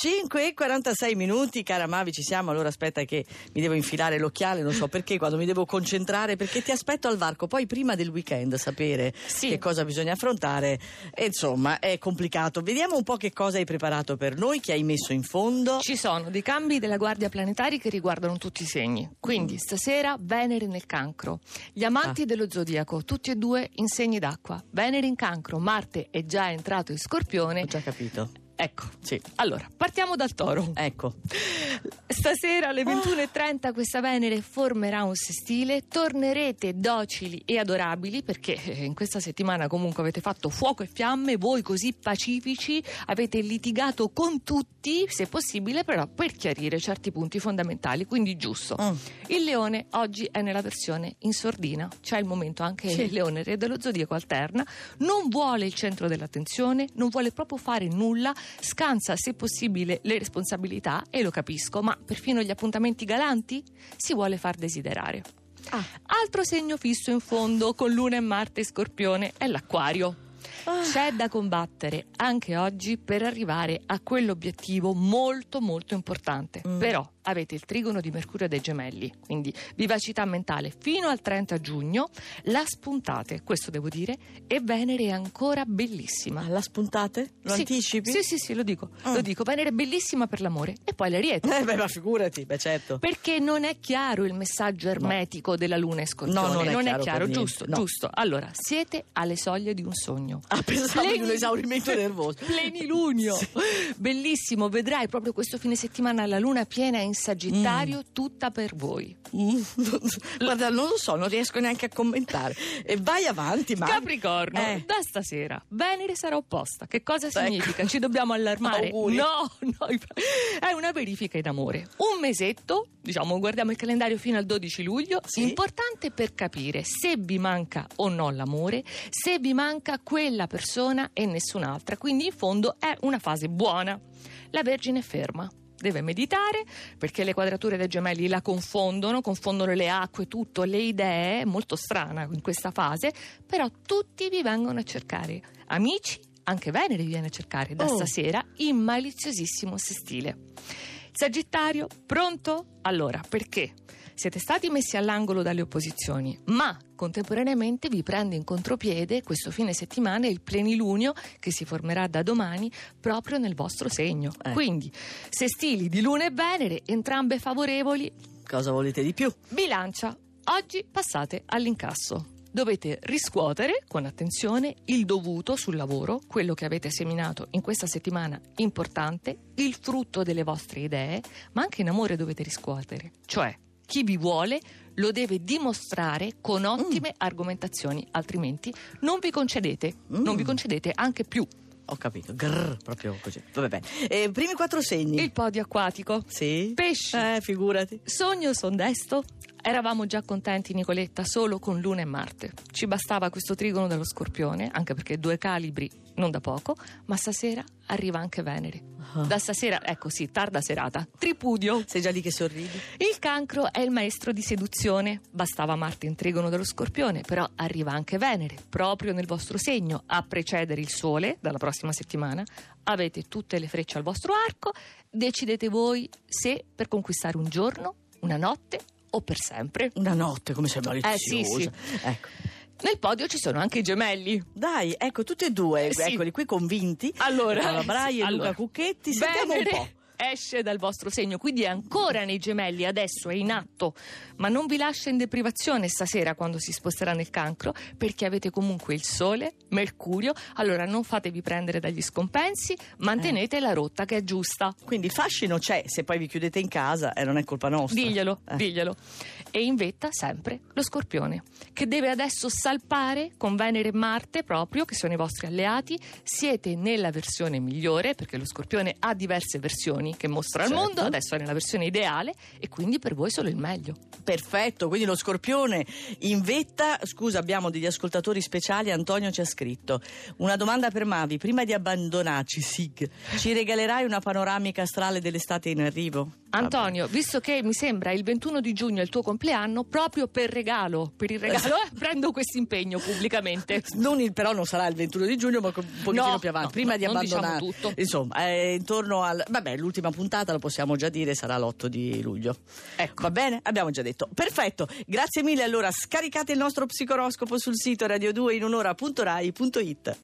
5:46, cara Mavi, ci siamo. Allora aspetta che mi devo infilare l'occhiale, non so perché, quando mi devo concentrare, perché ti aspetto al varco. Poi prima del weekend sapere che cosa bisogna affrontare, e insomma è complicato. Vediamo un po' che cosa hai preparato per noi, che hai messo in fondo. Ci sono dei cambi della guardia planetari che riguardano tutti i segni. Quindi stasera Venere nel Cancro, gli amanti dello zodiaco, tutti e due in segni d'acqua. Venere in Cancro, Marte è già entrato in Scorpione. Ho già capito. Ecco, sì. Allora, partiamo dal Toro. Ecco. Stasera alle 21:30 questa Venere formerà un sestile. Tornerete docili e adorabili, perché in questa settimana comunque avete fatto fuoco e fiamme, voi così pacifici, avete litigato con tutti, se possibile, però per chiarire certi punti fondamentali, quindi giusto. Il Leone oggi è nella versione in sordina, c'è il momento anche il Leone, re dello zodiaco, alterna, non vuole il centro dell'attenzione, non vuole proprio fare nulla, scansa se possibile le responsabilità, e lo capisco, ma perfino gli appuntamenti galanti si vuole far desiderare. Altro segno fisso in fondo con Luna e Marte Scorpione è l'Acquario. C'è da combattere anche oggi per arrivare a quell'obiettivo molto molto importante. Però avete il trigono di Mercurio dei Gemelli, quindi vivacità mentale fino al 30 giugno, la spuntate, questo devo dire, e Venere è ancora bellissima. La spuntate? Lo anticipi? Sì, lo dico. Venere è bellissima per l'amore, e poi l'Ariete. Ma figurati, certo. Perché non è chiaro il messaggio ermetico della Luna e Scorpione. No, non è chiaro, giusto. Allora, siete alle soglie di un sogno. Pensavo di un esaurimento nervoso. Plenilunio. Sì. Bellissimo, vedrai proprio questo fine settimana la luna piena in Sagittario, tutta per voi. Guarda, non lo so, non riesco neanche a commentare. E vai avanti, ma Capricorno, da stasera Venere sarà opposta. Che cosa significa? Ci dobbiamo allarmare? Auguri. No, è una verifica in amore. Un mesetto, diciamo, guardiamo il calendario fino al 12 luglio, importante per capire se vi manca o no l'amore, se vi manca quella persona e nessun'altra. Quindi in fondo è una fase buona. La Vergine è ferma, deve meditare, perché le quadrature dei Gemelli la confondono le acque, tutto, le idee, è molto strana in questa fase, però tutti vi vengono a cercare. Amici, anche Venere vi viene a cercare da stasera in maliziosissimo sestile. Sagittario, pronto? Allora, perché? Siete stati messi all'angolo dalle opposizioni, ma contemporaneamente vi prende in contropiede questo fine settimana il plenilunio che si formerà da domani proprio nel vostro segno. Quindi, sestili di Luna e Venere, entrambe favorevoli. Cosa volete di più? Bilancia, oggi passate all'incasso. Dovete riscuotere con attenzione il dovuto sul lavoro, quello che avete seminato in questa settimana importante, il frutto delle vostre idee, ma anche in amore dovete riscuotere. Cioè, chi vi vuole lo deve dimostrare con ottime argomentazioni, altrimenti non vi concedete anche più. Ho capito, proprio così. Vabbè, bene. Primi 4 segni. Il podio acquatico. Sì. Pesci. Figurati. Sogno sondesto. Eravamo già contenti, Nicoletta, solo con Luna e Marte. Ci bastava questo trigono dello Scorpione, anche perché 2 calibri non da poco, ma stasera arriva anche Venere. Da stasera, tarda serata. Tripudio. Sei già lì che sorridi. Il Cancro è il maestro di seduzione. Bastava Marte in trigono dello Scorpione, però arriva anche Venere, proprio nel vostro segno, a precedere il Sole dalla prossima settimana. Avete tutte le frecce al vostro arco, decidete voi se per conquistare un giorno, una notte o per sempre. Una notte, come sei maliziosa. Sì. Ecco. Nel podio ci sono anche i Gemelli. Dai, ecco, tutti e due, eccoli qui convinti. Allora, Braia e Luca Cucchetti, sentiamo un po'. Esce dal vostro segno, quindi è ancora nei Gemelli, adesso è in atto, ma non vi lascia in deprivazione stasera quando si sposterà nel Cancro, perché avete comunque il Sole, Mercurio. Allora non fatevi prendere dagli scompensi, mantenete la rotta che è giusta. Quindi il fascino c'è, se poi vi chiudete in casa non è colpa nostra. Diglielo. E in vetta sempre lo Scorpione, che deve adesso salpare con Venere e Marte proprio, che sono i vostri alleati. Siete nella versione migliore, perché lo Scorpione ha diverse versioni che mostra al mondo, adesso è nella versione ideale e quindi per voi solo il meglio. Perfetto, quindi lo Scorpione in vetta. Scusa, abbiamo degli ascoltatori speciali. Antonio ci ha scritto: una domanda per Mavi, prima di abbandonarci, ci regalerai una panoramica astrale dell'estate in arrivo? Antonio, visto che mi sembra il 21 di giugno è il tuo compleanno, proprio per il regalo prendo questo impegno pubblicamente. Però non sarà il 21 di giugno, ma un pochettino più avanti, prima di abbandonare. Diciamo tutto. Insomma, intorno al... Vabbè, l'ultima puntata, lo possiamo già dire, sarà l'8 di luglio. Ecco. Va bene? Abbiamo già detto. Perfetto, grazie mille. Allora, scaricate il nostro psicoroscopo sul sito radio2inunora.rai.it.